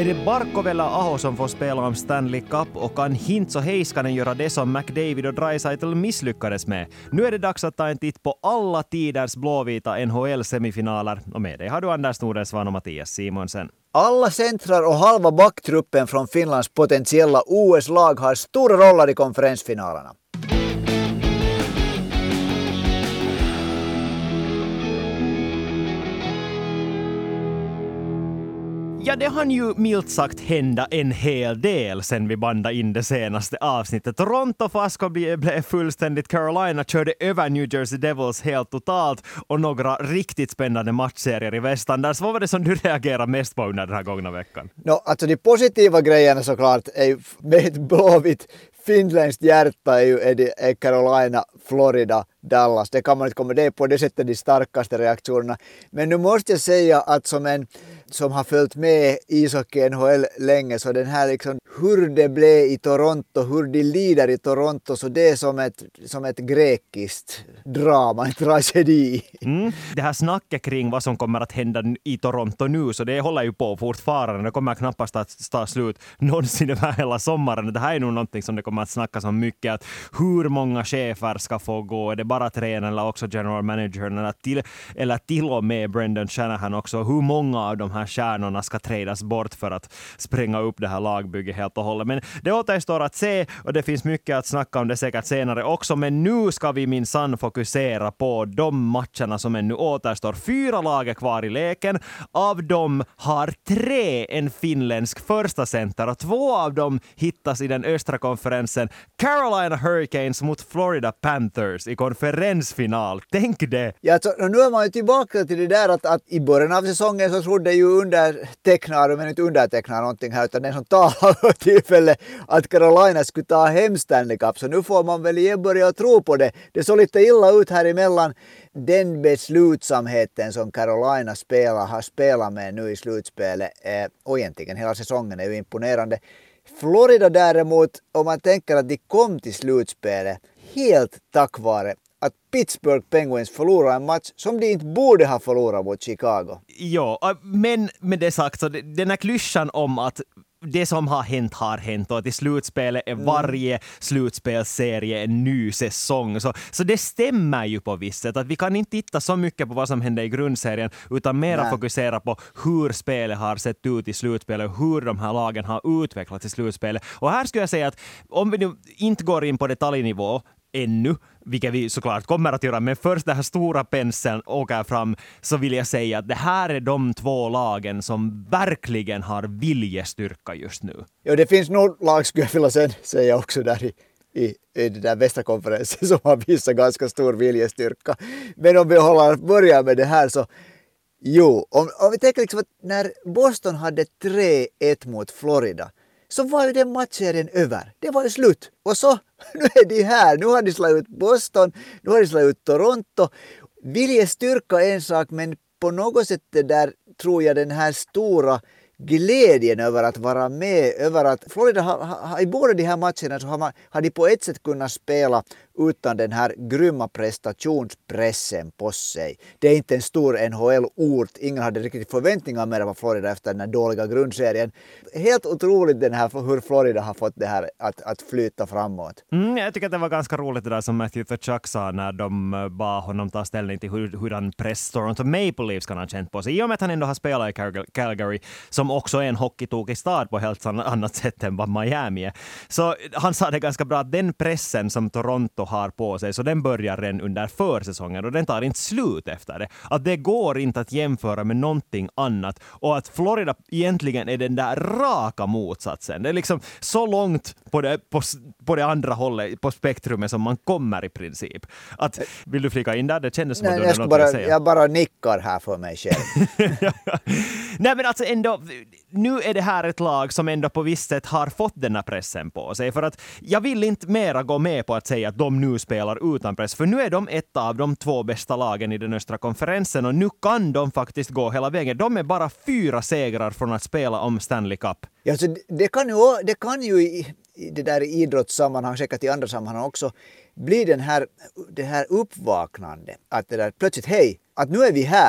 det Barkov eller Aho som får spela om Stanley Cup och kan Hintz och Heiskanen göra det som McDavid och Draisaitl misslyckades med? Nu är det dags att ta en titt på alla tiders blåvita NHL-semifinaler och med det har du Anders Nordensvan och Mattias Simonsen. Alla centrar och halva backtruppen från Finlands potentiella OS-lag har stora roller i konferensfinalerna. Ja, det hann ju milt sagt hända en hel del sen vi bandade in det senaste avsnittet. Toronto Fasco blev fullständigt. Carolina körde över New Jersey Devils helt totalt och några riktigt spännande matchserier i väst. Anders, vad var det som du reagerade mest på under den här gångna veckan? Alltså de positiva grejerna såklart är ju med ett blåvitt finländskt hjärta är Carolina, Florida, Dallas. Det kan man inte komma det på det sättet de starkaste reaktionerna. Men nu måste jag säga att som har följt med ishockey NHL länge, så den här liksom hur det blev i Toronto, hur de lider i Toronto, så det är som ett grekiskt drama, en tragedi. Det här snacket kring vad som kommer att hända i Toronto nu, så det håller ju på fortfarande. Det kommer knappast att ta slut någonsin över hela sommaren. Det här är nog någonting som det kommer att snackas om mycket, att hur många chefer ska få gå, är det bara tränaren eller också general managern eller till och med Brendan Shanahan också, hur många av de här kärnorna ska tradas bort för att spränga upp det här lagbygget helt och hållet. Men det återstår att se och det finns mycket att snacka om det säkert senare också, men nu ska vi minsann fokusera på de matcherna som ännu återstår. 4 lag är kvar i leken. Av dem har 3 en finländsk första center och 2 av dem hittas i den östra konferensen. Carolina Hurricanes mot Florida Panthers i konferensfinal. Tänk det! Ja, alltså, nu är man ju tillbaka till det där att i början av säsongen så trodde ju undertecknare, men inte undertecknare någonting här, utan den som tar tillfälle att Carolina skulle ta hem Stanley Cup. Så nu får man väl börja tro på det. Det såg lite illa ut här emellan. Den beslutsamheten som Carolina har spelat med nu i slutspelet och egentligen hela säsongen är ju imponerande. Florida däremot, om man tänker att de kom till slutspelet helt tack vare att Pittsburgh Penguins förlorar en match som de inte borde ha förlorat mot Chicago. Ja, men med det sagt, så den här klyschan om att det som har hänt och att i slutspelet är varje slutspelsserie en ny säsong. Så det stämmer ju på visst sätt att vi kan inte titta så mycket på vad som hände i grundserien utan mera fokusera på hur spelet har sett ut i slutspelet och hur de här lagen har utvecklats i slutspelet. Och här skulle jag säga att om vi nu inte går in på detaljnivå ännu, vilket vi såklart kommer att göra, men först den här stora penseln åker fram, så vill jag säga att det här är de 2 lagen som verkligen har viljestyrka just nu. Ja, det finns nog lag, skulle jag vilja säga också där i den där västra konferensen som har visat ganska stor viljestyrka. Men om vi börjar med det här så om vi tänker liksom att när Boston hade 3-1 mot Florida så var ju den matchserien över. Det var ju slut. Och så, nu är de här. Nu har de slagit ut Boston. Nu har de slagit ut Toronto. Viljestyrka är en sak, men på något sätt där tror jag den här stora glädjen över att vara med, över att Florida i båda de här matcherna så har de på ett sätt kunnat spela utan den här grymma prestationspressen på sig. Det är inte en stor NHL-ort. Ingen hade riktigt förväntningar mer på Florida efter den här dåliga grundserien. Helt otroligt den här hur Florida har fått det här att flyta framåt. Jag tycker att det var ganska roligt det där som Matthew Tkachuk sa när de bad honom ta ställning till hur han press Toronto Maple Leafs kan ha känt på sig. I och med att han ändå har spelat i Calgary som också är en hockeytokig stad på helt annat sätt än vad Miami är. Så han sa det ganska bra att den pressen som Toronto har på sig, så den börjar redan under försäsongen och den tar inte slut efter det. Att det går inte att jämföra med någonting annat och att Florida egentligen är den där raka motsatsen. Det är liksom så långt på det andra hållet, på spektrumet som man kommer i princip. Att, vill du flika in där? Det kändes som att du hade något att säga. Jag bara nickar här för mig själv. Nej, men alltså ändå, nu är det här ett lag som ändå på visst sätt har fått den här pressen på sig. För att jag vill inte mera gå med på att säga att de nu spelar utan press. För nu är de ett av de 2 bästa lagen i den östra konferensen och nu kan de faktiskt gå hela vägen. De är bara 4 segrar från att spela om Stanley Cup. Ja, så det kan ju i det där idrottssammanhang, säkert i andra sammanhang också, bli det här uppvaknande. Att det där plötsligt, hej, att nu är vi här.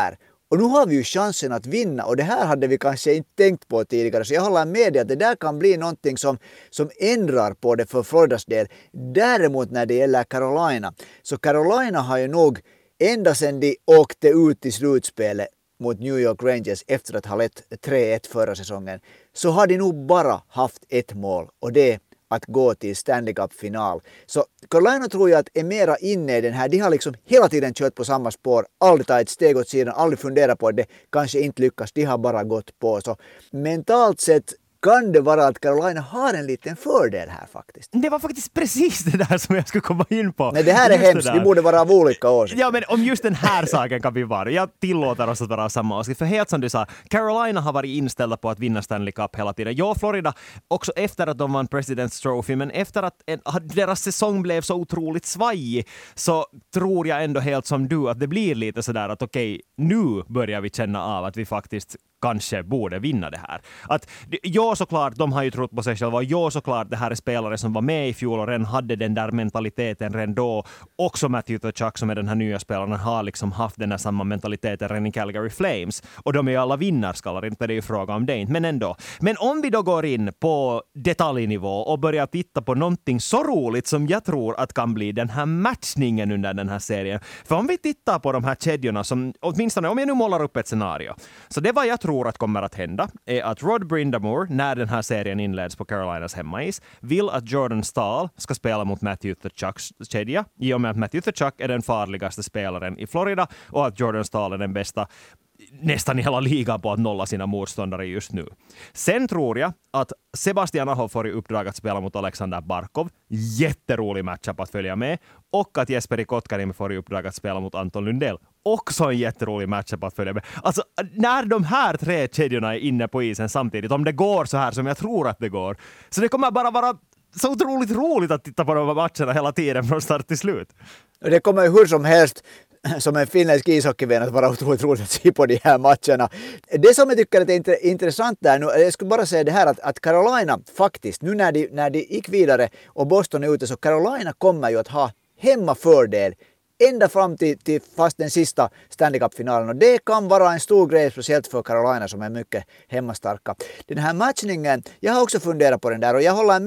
Och nu har vi ju chansen att vinna och det här hade vi kanske inte tänkt på tidigare. Så jag håller med dig att det där kan bli någonting som ändrar på det för Floridas del. Däremot när det gäller Carolina. Så Carolina har ju nog ända sedan de åkte ut i slutspelet mot New York Rangers efter att ha lett 3-1 förra säsongen. Så har de nog bara haft ett mål och det är att gå till Stanley Cup-final. Så Carolina tror jag att är mera inne i den här. De har liksom hela tiden kört på samma spår. Aldrig tagit ett steg åt sidan, aldrig funderat på det. Kanske inte lyckas, de har bara gått på. Så mentalt sett kan det vara att Carolina har en liten fördel här faktiskt. Det var faktiskt precis det där som jag skulle komma in på. Nej, det här är just hemskt. Vi borde vara av olika åsikter. Ja, men om just den här saken kan vi vara. Jag tillåter oss att vara av samma åsikt. För helt som du sa, Carolina har varit inställda på att vinna Stanley Cup hela tiden. Ja, Florida också efter att de vann President's Trophy, men efter att deras säsong blev så otroligt svajig så tror jag ändå helt som du att det blir lite sådär att okej, nu börjar vi känna av att vi faktiskt kanske borde vinna det här. Att, ja, såklart, de har ju trott på sig själva. Ja, såklart, det här är spelare som var med i fjol och redan hade den där mentaliteten redan då. Också Matthew Tkachuk som är den här nya spelaren har liksom haft den här samma mentaliteten redan i Calgary Flames. Och de är ju alla vinnarskallar, inte det är ju fråga om det inte, men ändå. Men om vi då går in på detaljnivå och börjar titta på någonting så roligt som jag tror att kan bli den här matchningen under den här serien. För om vi tittar på de här kedjorna som, åtminstone om jag nu målar upp ett scenario. Så det var jag tror att kommer att hända är att Rod Brind'Amour, när den här serien inleds på Carolinas hemmais, vill att Jordan Staal ska spela mot Matthew Tkachuks kedja, i och med att Matthew Tkachuk är den farligaste spelaren i Florida och att Jordan Staal är den bästa nästan i hela ligan på att nolla sina motståndare just nu. Sen tror jag att Sebastian Aho får i uppdrag att spela mot Alexander Barkov. Jätterolig matchup att följa med. Och att Jesperi Kotkaniemi får i uppdrag att spela mot Anton Lundell. Också en jätterolig matchup att följa med. Alltså, när de här tre kedjorna är inne på isen samtidigt, om det går så här som jag tror att det går, så det kommer bara vara så otroligt roligt att titta på de här matcherna hela tiden från start till slut. Och det kommer ju hur som helst som en finländsk ishockeyvän att vara otroligt roligt att se på de här matcherna. Det som jag tycker är intressant där nu, jag skulle bara säga det här att Carolina faktiskt, nu när de gick vidare och Boston är ute, så Carolina kommer ju att ha hemmafördel ända fram till fast den sista Stanley Cup-finalen. Och det kan vara en stor grej, speciellt för Carolina som är mycket hemmastarka. Den här matchningen, jag har också funderat på den där och jag håller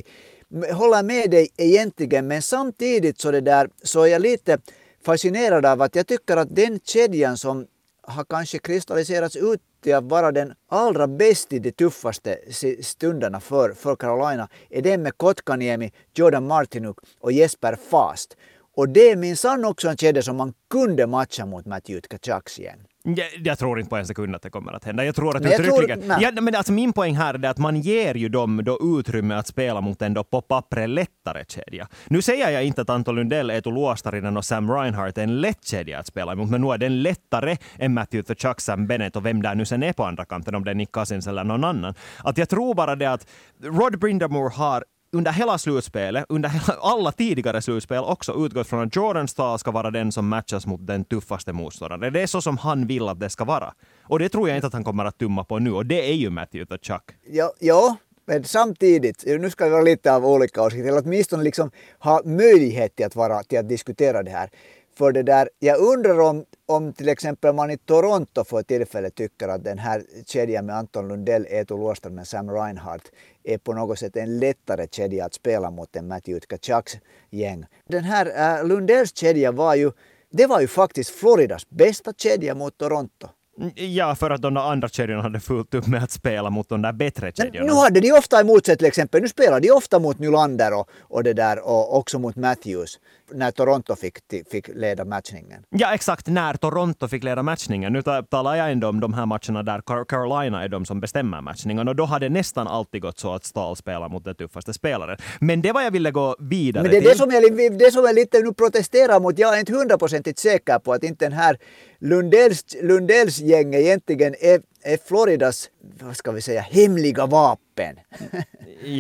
med dig egentligen, men samtidigt så är jag lite fascinerad av att jag tycker att den kedjan som har kanske kristalliserats ut till att vara den allra bästa i de tuffaste stunderna för Carolina är den med Kotkaniemi, Jordan Martinook och Jesper Fast. Och det är minsann också en kedja som man kunde matcha mot Matthew Tkachuks igen. Jag tror inte på en sekund att det kommer att hända. Jag tror att uttryckligen... men alltså min poäng här är att man ger ju dem då utrymme att spela mot en då på pappret lättare kedja. Nu säger jag inte att Anton Lundell, Eetu Luostarinen och Sam Reinhart är en lätt kedja att spela mot, men nu är den lättare än Matthew Tkachuk, Sam Bennett och vem där nu sen är på andra kanten, om det är Nick Cousins eller någon annan. Att jag tror bara det att Rod Brind'Amour har under hela slutspelet, under alla tidigare slutspel också utgått från att Jordan Staal ska vara den som matchas mot den tuffaste motståndaren. Det är så som han vill att det ska vara. Och det tror jag inte att han kommer att tumma på nu. Och det är ju Matthew Tkachuk. Ja, men samtidigt, nu ska vi vara lite av olika åsikter, eller åtminstone liksom ha möjlighet till att diskutera det här. För det där, jag undrar om till exempel man i Toronto för tillfället tycker att den här kedjan med Anton Lundell, Eetu Luostarinen och Sam Reinhart är på något sätt en lättare kedja att spela mot än Matthew Tkachuks gäng. Den här Lundells kedja var ju faktiskt Floridas bästa kedja mot Toronto. Ja, för att de andra kedjorna hade fullt upp med att spela mot de där bättre kedjorna. Nu hade de ofta emot sig till exempel. Nu spelar de ofta mot Nylander och det där och också mot Matthews när Toronto fick leda matchningen. Ja, exakt. När Toronto fick leda matchningen. Nu talar jag ändå om de här matcherna där Carolina är de som bestämmer matchningen. Och då hade nästan alltid gått så att Staal spelar mot den tuffaste spelaren. Men det var jag ville gå vidare till. Men det är det som jag lite nu protesterar mot. Jag är inte 100% säker på att inte den här Lundells gäng egentligen är Floridas, vad ska vi säga, hemliga vapen. Ja,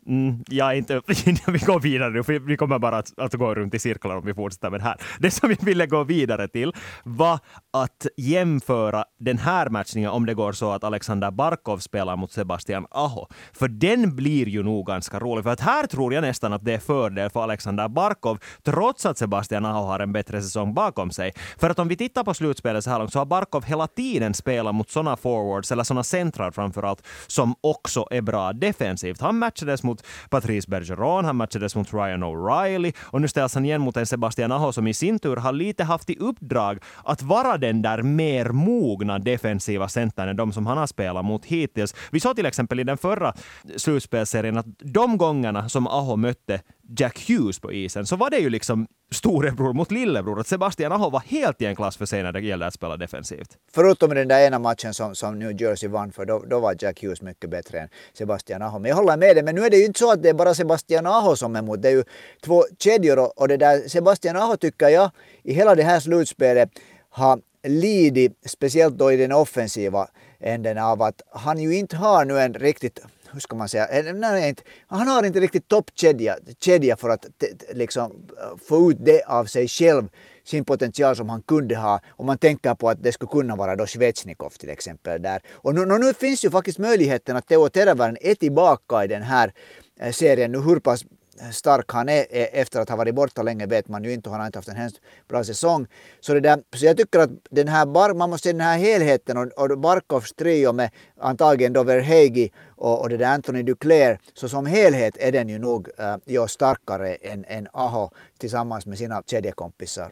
Ja, inte, vi går vidare nu, för vi kommer bara att gå runt i cirklar om vi fortsätter med det här. Det som vi ville gå vidare till var att jämföra den här matchningen om det går så att Alexander Barkov spelar mot Sebastian Aho. För den blir ju nog ganska rolig, för att här tror jag nästan att det är fördel för Alexander Barkov, trots att Sebastian Aho har en bättre säsong bakom sig. För att om vi tittar på slutspelet så här långt så har Barkov hela tiden spelat mot sådana forwards, eller sådana centrar framförallt, som också är bra defensivt. Han matchades mot Patrice Bergeron, han matchades mot Ryan O'Reilly och nu ställs han igen mot en Sebastian Aho som i sin tur har lite haft i uppdrag att vara den där mer mogna defensiva centern än de som han har spelat mot hittills. Vi såg till exempel i den förra slutspelserien att de gångerna som Aho mötte Jack Hughes på isen så var det ju liksom storebror mot lillebror. Att Sebastian Aho var helt i en klass för sig när det gällde att spela defensivt. Förutom den där ena matchen som New Jersey vann för, då var Jack Hughes mycket bättre än Sebastian Aho. Men jag håller med dig, men nu är det ju inte så att det är bara Sebastian Aho som är emot. Det är ju två kedjor och det där Sebastian Aho tycker jag i hela det här slutspelet har lidit, speciellt då i den offensiva änden av att han ju inte har nu en riktigt, hur ska man säga, han har inte riktigt toppkedja för att liksom få ut det av sig själv, sin potential som han kunde ha, om man tänker på att det skulle kunna vara då Svechnikov till exempel där. Och nu finns ju faktiskt möjligheten att Teo Teravainen är tillbaka i den här serien. Nu hur pass stark han är efter att ha varit borta länge vet man ju inte, och han har inte haft en hemskt bra säsong. Så jag tycker att man måste se den här helheten och Barkovs trio med antagligen då Verhegi och det där Anthony Duclair, så som helhet är den ju nog starkare än Aho tillsammans med sina kedjekompisar.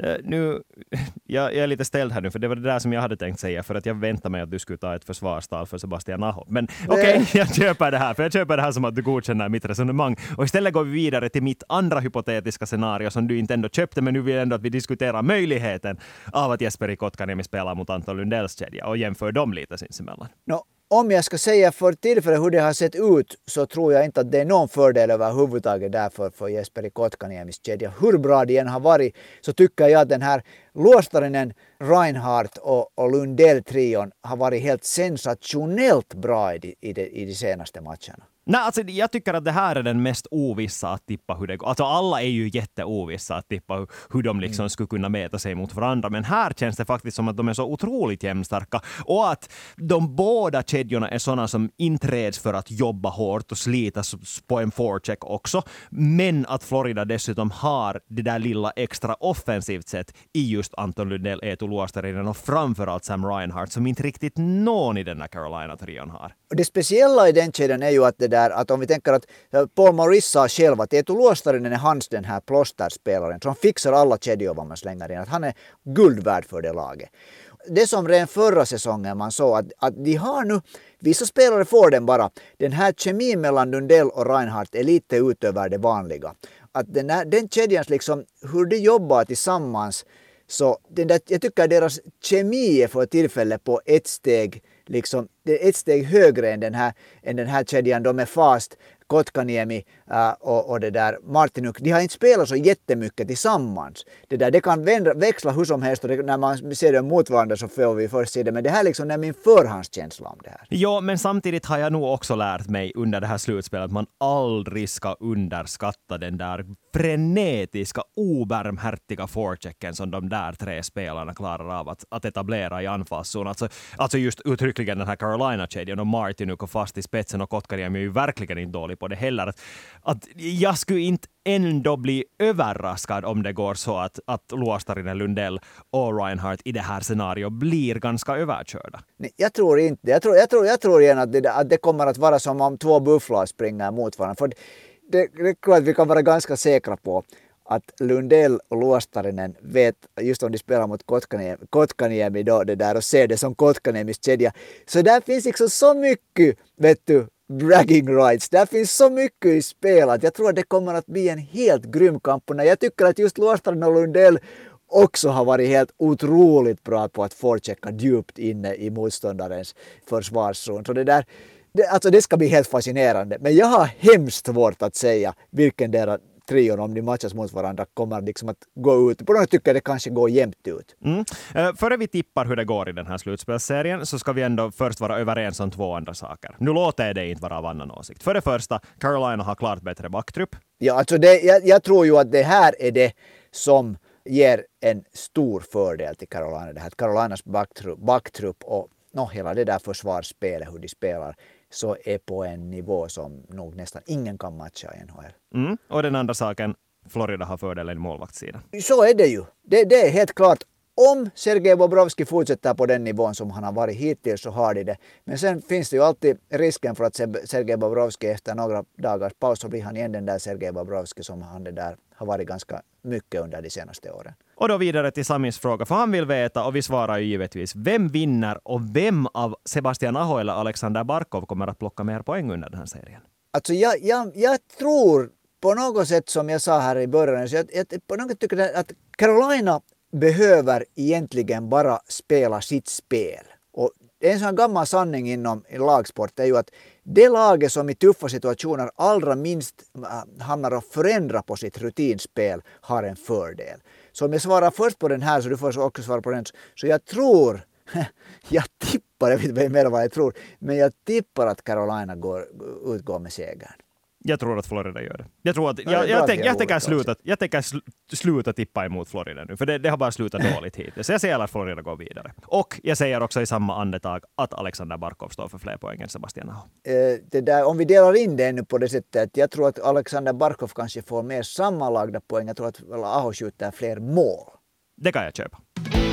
Jag är lite ställd här nu, för det var det där som jag hade tänkt säga, för att jag väntar mig att du skulle ta ett försvarstal för Sebastian Aho. Men okej, jag köper det här, för jag köper det här som att du godkänner mitt resonemang. Och istället går vi vidare till mitt andra hypotetiska scenario som du inte ändå köpte, men nu vill ändå att vi diskuterar möjligheten av att Jesperi Kotkaniemi spelar mot Anton Lundells kedja och jämför dem lite sinsemellan. Om jag ska säga för tillfället hur det har sett ut, så tror jag inte att det är någon fördel överhuvudtaget därför för Jesperi Kotkaniemis kedja. Hur bra det än har varit, så tycker jag att den här Luostarinen, Reinhardt och Lundell-trion har varit helt sensationellt bra i de senaste matcherna. Nej, alltså jag tycker att det här är den mest ovissa att tippa hur det går. Alltså alla är ju jätteovissa att tippa hur de liksom skulle kunna mäta sig mot varandra. Men här känns det faktiskt som att de är så otroligt jämnstarka. Och att de båda kedjorna är sådana som intreds för att jobba hårt och slita på en forecheck också. Men att Florida dessutom har det där lilla extra offensivt sett i just Anton Lundell, Eetu Luostarinen och framförallt Sam Reinhardt som inte riktigt någon i den här Carolina-trion har. Och det speciella i den kedjan är ju att om vi tänker att Paul Maurice sa själv att Eetu Luostarinen är hans den här plåsterspelaren som fixar alla kedjor vad man slänger in, att han är guld värd för det laget. Det som redan förra säsongen man såg att de har nu, vissa spelare får den bara, den här kemin mellan Lundell och Reinhardt är lite utöver det vanliga. Att den kedjans liksom, hur de jobbar tillsammans, så jag tycker deras kemi är för tillfället på ett steg, liksom, det är ett steg högre än den här kedjan. De är fast, Kotkaniemi och det där Martinuk. De har inte spelat så jättemycket tillsammans. Det kan växla hur som helst, och när man ser det mot varandra så får vi först se det. Men det här liksom är min förhandskänsla om det här. Ja, men samtidigt har jag nog också lärt mig under det här slutspelet att man aldrig ska underskatta den där frenetiska, obarmhärtiga forechecken som de där tre spelarna klarar av att etablera i anfallszon. Alltså just uttryckligen den här Carolina-kedjan och Martinuk och fast i spetsen, och Kotkaniemi är ju verkligen inte dålig på det heller. Att jag skulle inte ändå bli överraskad om det går så att Luostarinen, Lundell och Reinhardt i det här scenariot blir ganska överkörda. Nej, jag tror inte. Jag tror igen att det kommer att vara som om två bufflar springer mot varandra. För det tror att vi kan vara ganska säkra på att Lundell och Luostarinen vet, just om de spelar mot Kotkaniemi då det där och ser det som Kotkaniemis kedja. Så där finns liksom så mycket, vet du, bragging rights. Där finns så mycket i spel att jag tror att det kommer att bli en helt grym kamp. Jag tycker att just Luostarinen och Lundell också har varit helt otroligt bra på att forechecka djupt inne i motståndarens försvarszon. Så det ska bli helt fascinerande. Men jag har hemskt svårt att säga vilken trion om de matchas mot varandra kommer liksom att gå ut. På något tycker jag det kanske går jämnt ut. Före vi tippar hur det går i den här slutspelsserien så ska vi ändå först vara överens om två andra saker. Nu låter det inte vara av annan åsikt. För det första, Carolina har klart bättre backtrupp. Ja, alltså jag tror ju att det här är det som ger en stor fördel till Carolina. Det här Carolinas backtrupp och hela det där försvarsspelet, hur de spelar, så är på en nivå som nog nästan ingen kan matcha i NHL. Och den andra saken, Florida har fördelen i målvaktssidan. Så är det ju. Det är helt klart. Om Sergej Bobrovski fortsätter på den nivån som han har varit hittills så har de det. Men sen finns det ju alltid risken för att Sergej Bobrovski efter några dagars paus så blir han igen den där Sergej Bobrovski som han det där har varit ganska mycket under de senaste åren. Och då vidare till Samis fråga, för han vill veta, och vi svarar ju givetvis, vem vinner och vem av Sebastian Aho eller Alexander Barkov kommer att plocka mer poäng under den här serien? Alltså jag tror på något sätt som jag sa här i början, så jag på något tycker att Carolina behöver egentligen bara spela sitt spel. Och en sån gammal sanning inom lagsport är ju att det laget som i tuffa situationer allra minst hamnar och förändrar på sitt rutinspel har en fördel. Så om jag svarar först på den här så du får också svara på den. Så jag tror, jag vet inte mer vad jag tror, men jag tippar att Carolina utgår med segern. Jag tror att Florida gör det. Jag tror att jag tänker sluta tippa emot Florida nu, för det har bara slutat dåligt hittills. Så jag säger att Florida går vidare. Och jag säger också i samma andetag att Alexander Barkov står för fler poäng än Sebastian Aho. Om vi delar in det nu på det sättet, jag tror att Alexander Barkov kanske får mer sammanlagda poäng. Jag tror att Aho skjuter fler mål. Det kan jag köpa.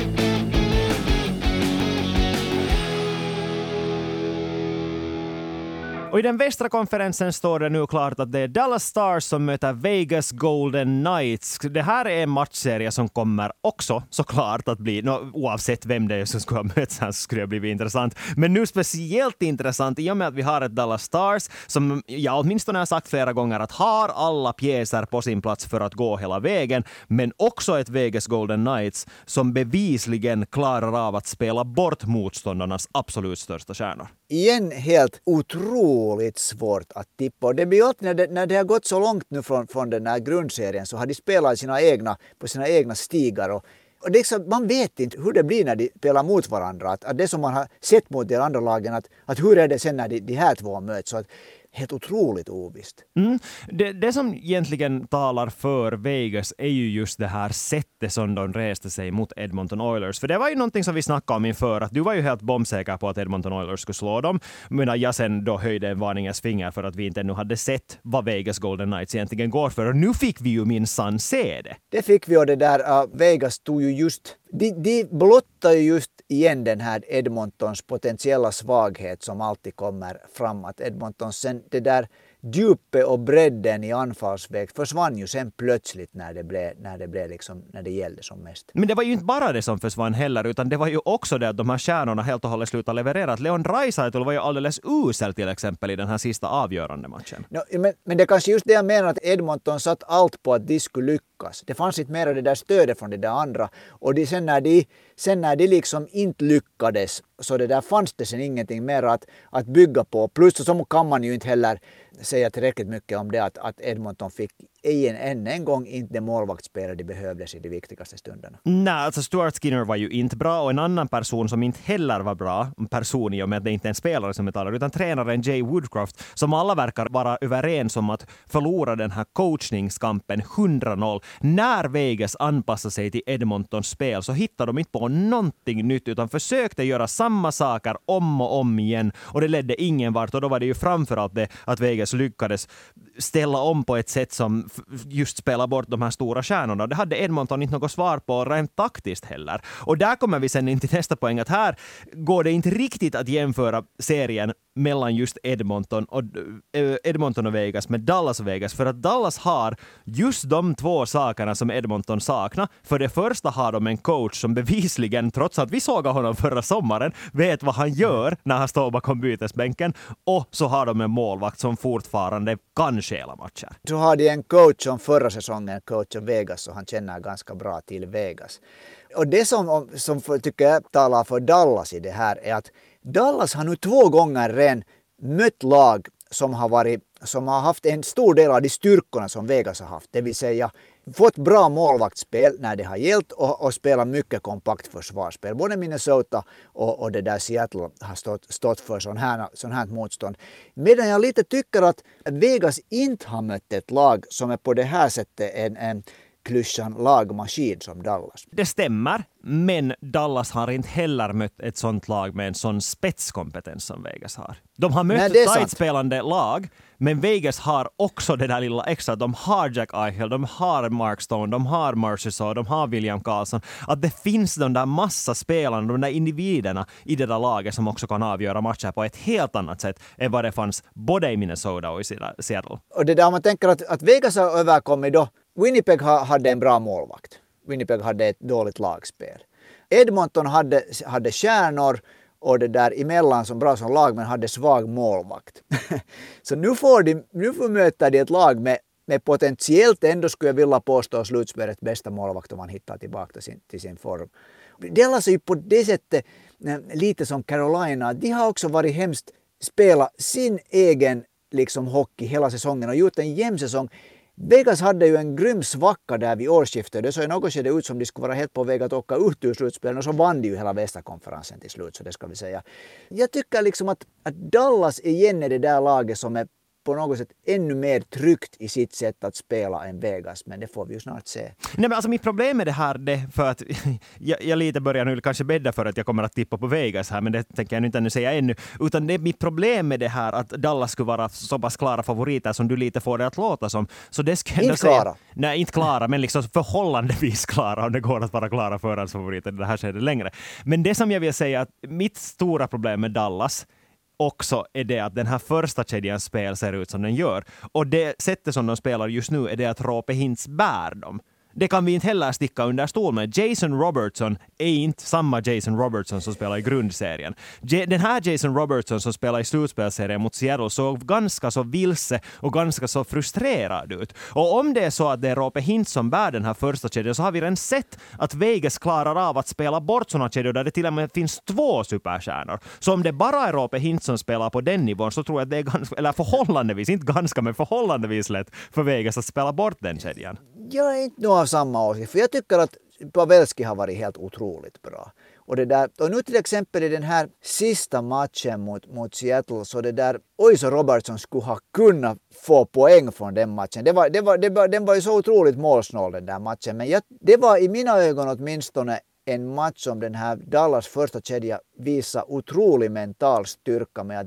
Och i den västra konferensen står det nu klart att det är Dallas Stars som möter Vegas Golden Knights. Det här är en matchserie som kommer också såklart att bli, oavsett vem det är som skulle ha mötts här så skulle det bli intressant. Men nu speciellt intressant i och med att vi har ett Dallas Stars som jag åtminstone har sagt flera gånger att har alla pjäser på sin plats för att gå hela vägen. Men också ett Vegas Golden Knights som bevisligen klarar av att spela bort motståndarnas absolut största stjärnor. Igen helt otroligt svårt att tippa. Och det blir alltid när det har gått så långt nu från den här grundserien så har de spelat på sina egna stigar. Och det är så, man vet inte hur det blir när de spelar mot varandra. Att det som man har sett mot de andra lagen, att hur är det sen när de här två möts. Så att helt otroligt ovisst. Det som egentligen talar för Vegas är ju just det här sättet som de reste sig mot Edmonton Oilers. För det var ju någonting som vi snackade om inför, att du var ju helt bombsäker på att Edmonton Oilers skulle slå dem. Men jag sen då höjde en varningens finger för att vi inte ännu hade sett vad Vegas Golden Knights egentligen går för. Och nu fick vi ju minsann se det. Det fick vi, och det där Vegas tog ju just... De blottar ju just igen den här Edmontons potentiella svaghet som alltid kommer fram. Att Edmonton sen det där djupet och bredden i anfallsväg försvann ju sen plötsligt när det gällde som mest. Men det var ju inte bara det som försvann heller, utan det var ju också det att de här stjärnorna helt och hållet slutade leverera. Leon Draisaitl var ju alldeles usel till exempel i den här sista avgörande matchen. Men det är kanske just det jag menar, att Edmonton satt allt på att de skulle lyckas. Det fanns inte mer av det där stödet från det där andra. Och sen när de liksom inte lyckades så det där fanns det sen ingenting mer att bygga på. Plus så kan man ju inte heller säga tillräckligt mycket om det att Edmonton fick än en gång inte det målvaktsspelare de behövdes i de viktigaste stunderna. Nej, alltså Stuart Skinner var ju inte bra, och en annan person som inte heller var bra, person i och med att det inte är en spelare som betalar, utan tränaren Jay Woodcroft, som alla verkar vara överens om att förlora den här coachningskampen 100-0. När Vegas anpassade sig till Edmontons spel så hittade de inte på någonting nytt, utan försökte göra samma saker om och om igen, och det ledde ingen vart. Och då var det ju framförallt det att Vegas lyckades ställa om på ett sätt som just spela bort de här stora stjärnorna. Det hade Edmonton inte något svar på rent taktiskt heller. Och där kommer vi sen in till nästa poäng, att här går det inte riktigt att jämföra serien mellan just Edmonton och Vegas med Dallas och Vegas, för att Dallas har just de två sakerna som Edmonton saknar. För det första har de en coach som bevisligen, trots att vi såg honom förra sommaren, vet vad han gör när han står bakom bytesbänken, och så har de en målvakt som fortfarande kan stjäla matcher. Så har de en coach som förra säsongen coachade Vegas, och han känner ganska bra till Vegas. Och det som tycker jag talar för Dallas i det här är att Dallas har nu 2 gånger redan mött lag som har haft en stor del av de styrkorna som Vegas har haft. Det vill säga fått bra målvaktsspel när det har gällt och spelat mycket kompakt försvarsspel. Både Minnesota och det där Seattle har stått för sån här motstånd. Medan jag lite tycker att Vegas inte har mött ett lag som är på det här sättet en klyschan lagmaskin som Dallas. Det stämmer, men Dallas har inte heller mött ett sånt lag med en sån spetskompetens som Vegas har. De har mött tajtspelande lag, men Vegas har också det där lilla extra. De har Jack Eichel, de har Mark Stone, de har Marchessault, de har William Karlsson. Att det finns de där massa spelarna, de där individerna i det där laget som också kan avgöra matcher på ett helt annat sätt än vad det fanns både i Minnesota och i Seattle. Och det där man tänker att Vegas har överkommit då. Winnipeg hade en bra målvakt. Winnipeg hade ett dåligt lagspel. Edmonton hade stjärnor och det där emellan som bra som lag men hade svag målvakt. Så nu får möta de ett lag med potentiellt ändå skulle jag vilja påstå slutspelets bästa målvakt om man hittar tillbaka till sin form. Dallas är ju på det sättet lite som Carolina. De har också varit hemskt spela sin egen liksom hockey hela säsongen och gjort en jämn säsong. Vegas hade ju en grym svacka där vid årsskiftet. Det såg något skede ut som de skulle vara helt på väg att åka ut ur slutspelen och så vann de ju hela västerkonferensen till slut, så det ska vi säga. Jag tycker liksom att Dallas igen är det där laget som är på något sätt ännu mer tryggt i sitt sätt att spela än Vegas, men det får vi ju snart se. Nej, men alltså mitt problem med det här, det för att jag lite börjar nu kanske bädda för att jag kommer att tippa på Vegas här, men det tänker jag inte ännu säga ännu, utan det är mitt problem med det här att Dallas skulle vara så pass klara favoriter som du lite får det att låta som. Så det ska jag inte klara. Nej, inte klara, men liksom förhållandevis klara, om det går att vara klara förhandsfavoriter det här skedet längre. Men det som jag vill säga att mitt stora problem med Dallas också är det att den här första kedjans spel ser ut som den gör. Och det sättet som de spelar just nu är det att Roope Hintz bär dem. Det kan vi inte heller sticka under stol med. Jason Robertson är inte samma Jason Robertson som spelar i grundserien. Den här Jason Robertson som spelar i slutspelserien mot Seattle såg ganska så vilse och ganska så frustrerad ut. Och om det är så att det är Roope Hintz som bär den här första kedjan så har vi redan sett att Vegas klarar av att spela bort sådana kedjor där det till och med finns 2 superstjärnor. Så om det bara är Roope Hintz som spelar på den nivån så tror jag att det är ganska, eller förhållandevis, inte ganska men förhållandevis lätt för Vegas att spela bort den kedjan. Jag är inte nog av samma åsikt, för jag tycker att Pavelski har varit helt otroligt bra. Och nu till exempel i den här sista matchen mot Seattle så så Robertson skulle ha kunnat få poäng från den matchen. Den var ju så otroligt målsnål den där matchen, men det var i mina ögon åtminstone en match som den här Dallas första kedja visar otrolig mental styrka med att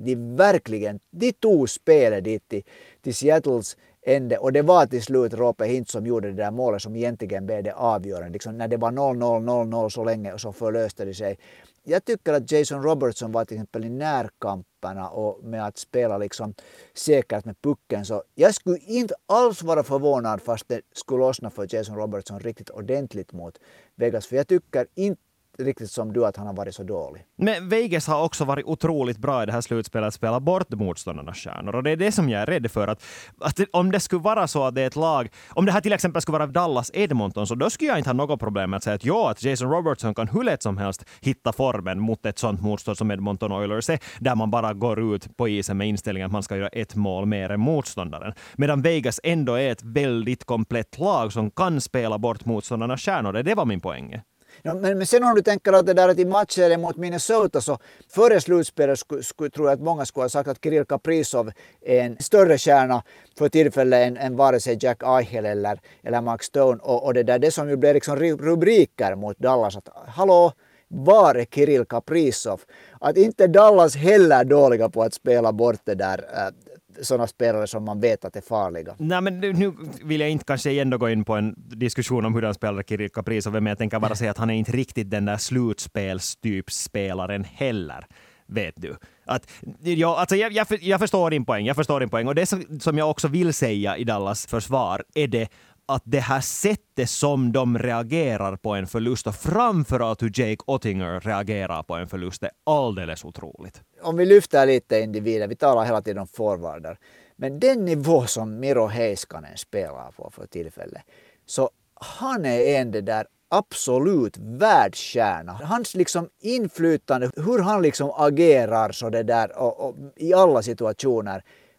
de tog spelet dit till Seattles ände. Och det var till slut Roope Hintz som gjorde det där målet som egentligen blev det avgörande. Liksom när det var 0-0 så länge och så förlöste det sig. Jag tycker att Jason Robertson var till exempel i närkamperna och med att spela liksom säkert med pucken. Så jag skulle inte alls vara förvånad fast det skulle lossna för Jason Robertson riktigt ordentligt mot Vegas. För jag tycker inte riktigt som du att han har varit så dålig. Men Vegas har också varit otroligt bra i det här slutspelet att spela bort motståndarnas stjärnor. Och det är det som jag är rädd för. Att om det skulle vara så att det är ett lag, om det här till exempel skulle vara Dallas Edmonton, så då skulle jag inte ha något problem med att säga att Jason Robertson kan hur lätt som helst hitta formen mot ett sånt motstånd som Edmonton Oilers är, där man bara går ut på isen med inställningen att man ska göra ett mål mer än motståndaren. Medan Vegas ändå är ett väldigt komplett lag som kan spela bort motståndarnas stjärnor. Det var min poäng. Ja, men sen om du tänker att det där att i matchen mot Minnesota så före slutspelet tror jag att många skulle ha sagt att Kirill Kaprizov är en större stjärna för tillfället än vare sig Jack Eichel eller Max Stone. Och det som ju blev liksom rubriker mot Dallas att hallå, var är Kirill Kaprizov? Att inte Dallas heller dåliga på att spela bort det där sådana spelare som man vet att är farliga. Nej, men nu vill jag inte kanske ändå gå in på en diskussion om hur han spelar Kirill Kaprizov, men jag tänker bara säga att han är inte riktigt den där slutspelstypspelaren heller. Vet du. Jag förstår din poäng. Och det som jag också vill säga i Dallas försvar är det att det här sättet som de reagerar på en förlust och framförallt hur Jake Ottinger reagerar på en förlust är alldeles otroligt. Om vi lyfter lite individer, vi talar hela tiden om forwarder, men den nivå som Miro Heiskanen spelar på för tillfället, så han är en det där absolut världsstjärna. Hans liksom inflytande, hur han liksom agerar så det där och i alla situationer.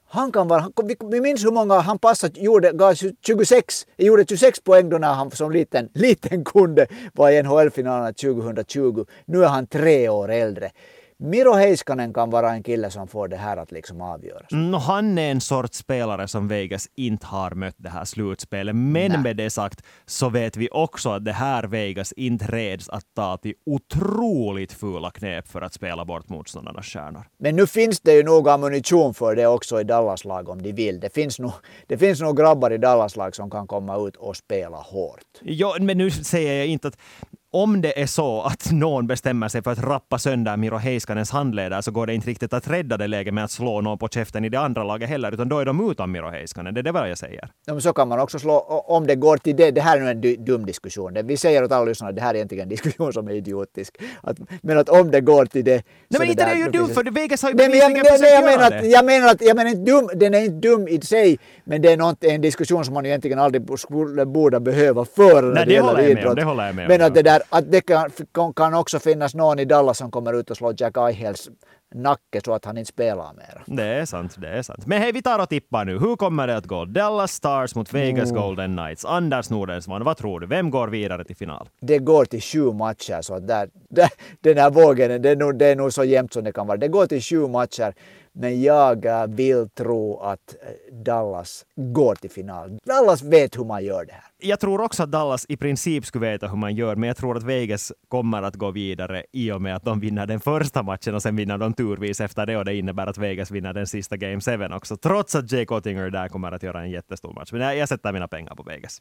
Han kan vara, vi minns hur många han passade, gjorde 26 poäng då när han som liten kunde var i NHL-finalen 2020. Nu är han 3 år äldre. Miro Heiskanen kan vara en kille som får det här att liksom avgöras. Han är en sorts spelare som Vegas inte har mött det här slutspelet. Men med det sagt så vet vi också att det här Vegas inte reds att ta till otroligt fula knep för att spela bort motståndarnas stjärnor. Men nu finns det ju nog ammunition för det också i Dallas-lag om de vill. Det finns nog grabbar i Dallas-lag som kan komma ut och spela hårt. Ja, men nu säger jag inte att om det är så att någon bestämmer sig för att rappa sönder Miro Heiskanens handleder så går det inte riktigt att rädda det läget med att slå någon på käften i det andra laget heller, utan då är de utan Miro Heiskanen. Det är vad jag säger. Ja, men så kan man också slå, om det går till det. Det här är nu en dum diskussion. Vi säger åt alla lyssnare att det här är egentligen en diskussion som är idiotisk. Men att om det går till det... Nej, men inte det är ju dumt, för Vegas har ju jag menar inte dum, den är inte dum i sig, men det är en diskussion som man ju egentligen aldrig borde behöva föra. Nej, det håller jag med om. Men att det kan också finnas någon i Dallas som kommer ut och slår Jack Eichels nacke så att han inte spelar mer. Det är sant. Men hej, vi tar och tippar nu. Hur kommer det att gå? Dallas Stars mot Vegas Golden Knights. Anders Nordensvan, vad tror du? Vem går vidare till final? Det går till 7 matcher, så att den här vågen, det är nog så jämnt som det kan vara. Det går till 7 matcher. Men jag vill tro att Dallas går till final. Dallas vet hur man gör det här. Jag tror också att Dallas i princip skulle veta hur man gör, men jag tror att Vegas kommer att gå vidare i och med att de vinner den första matchen och sen vinner de turvis efter det, och det innebär att Vegas vinner den sista Game 7 också, trots att Jake Oettinger där kommer att göra en jättestor match. Men jag sätter mina pengar på Vegas.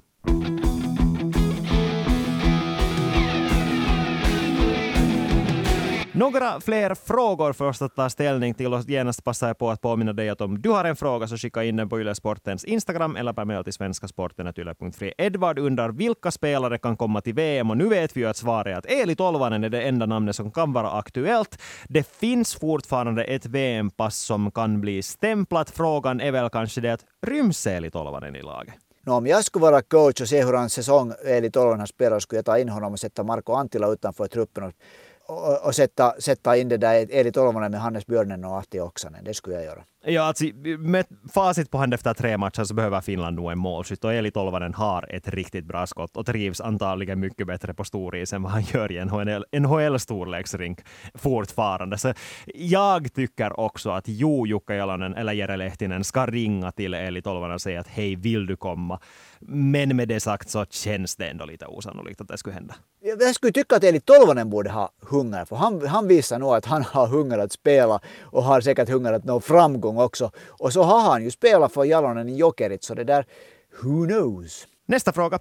Några fler frågor först att ta ställning till, och genast passar jag på att påminna dig att om du har en fråga så skicka in den på Yle Sportens Instagram eller per mail till svenskasporten@yle.fi. Edvard undrar vilka spelare kan komma till VM, och nu vet vi ju att svaret är att Eeli Tolvanen är det enda namnet som kan vara aktuellt. Det finns fortfarande ett VM-pass som kan bli stämplat. Frågan är väl kanske det att ryms Eeli Tolvanen i laget? Om jag skulle vara coach och se hur hans säsong Eeli Tolvanen har spelat, skulle jag ta in honom och sätta Marko Anttila utanför truppen och sätta in det där Eeli Tolvanen med Hannes Björnen och Ahti Oksanen. Det skulle jag göra. Ja, alltså, med facit på hand efter 3 matcher så behöver Finland nog en målskytt, och Eeli Tolvanen har ett riktigt bra skott och trivs antagligen mycket bättre på storis än vad han gör i en NHL-storleksrink fortfarande. Så jag tycker också att Jukka Jalonen eller Jere Lehtinen ska ringa till Eeli Tolvanen och säga att hej, vill du komma? Men med det sagt så känns det ändå lite osannolikt att det skulle hända. Jag skulle tycka att Eeli Tolvanen borde ha hunger, för han visar nog att han har hunger att spela och har säkert hunger att nå framgång också. Och så har han ju spelat för Jalonen i Jokerit, så det där, who knows? Nästa fråga.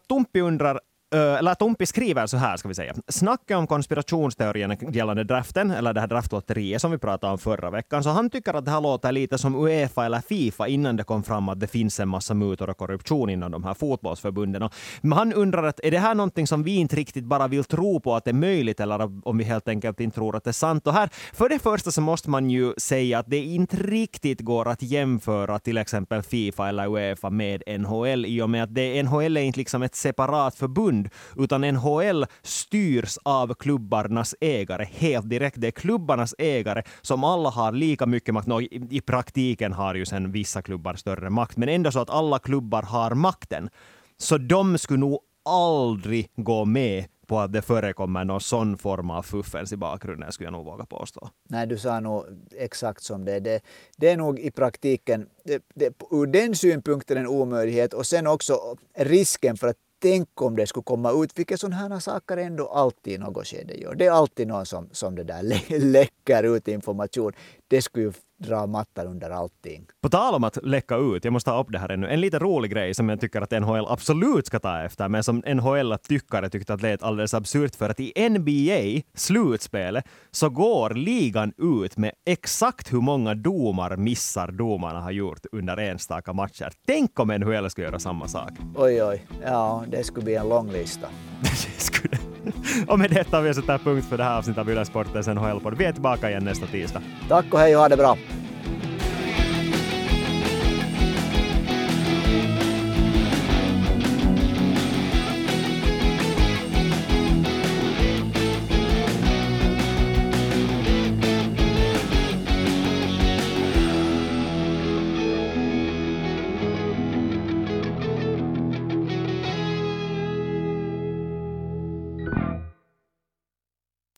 Tumpi skriver så här, ska vi säga. Snacka om konspirationsteorierna gällande draften, eller det här draftlotteriet som vi pratade om förra veckan. Så han tycker att det här låter lite som UEFA eller FIFA innan det kom fram att det finns en massa mutor och korruption inom de här fotbollsförbunden. Men han undrar att är det här någonting som vi inte riktigt bara vill tro på att det är möjligt, eller om vi helt enkelt inte tror att det är sant. Och här, för det första så måste man ju säga att det inte riktigt går att jämföra till exempel FIFA eller UEFA med NHL, i och med att NHL är inte liksom ett separat förbund, utan NHL styrs av klubbarnas ägare helt direkt. Det är klubbarnas ägare som alla har lika mycket makt. I praktiken har ju sen vissa klubbar större makt, men ändå så att alla klubbar har makten. Så de skulle nog aldrig gå med på att det förekommer någon sån form av fuffens i bakgrunden, skulle jag nog våga påstå. Nej, du sa nog exakt som det. Det är nog i praktiken ur den synpunkten en omöjlighet, och sen också risken för att tänk om det skulle komma ut, vilka sådana här saker ändå alltid i något skede gör. Det är alltid någon som det där läcker ut information. Det skulle ju dra mattan under allting. På tal om att läcka ut, jag måste ta upp det här ännu. En lite rolig grej som jag tycker att NHL absolut ska ta efter, men som NHL-tyckare tyckte att det är alldeles absurt, för att i NBA-slutspelet så går ligan ut med exakt hur många missar domarna har gjort under enstaka matcher. Tänk om NHL skulle göra samma sak. Oj. Ja, det skulle bli en lång lista. Det skulle. Och med detta har vi satt punkt för det här avsnittet av Yle Sportens NHL-podd. Vi är tillbaka igen nästa tisdag. Tack och hej och ha det bra.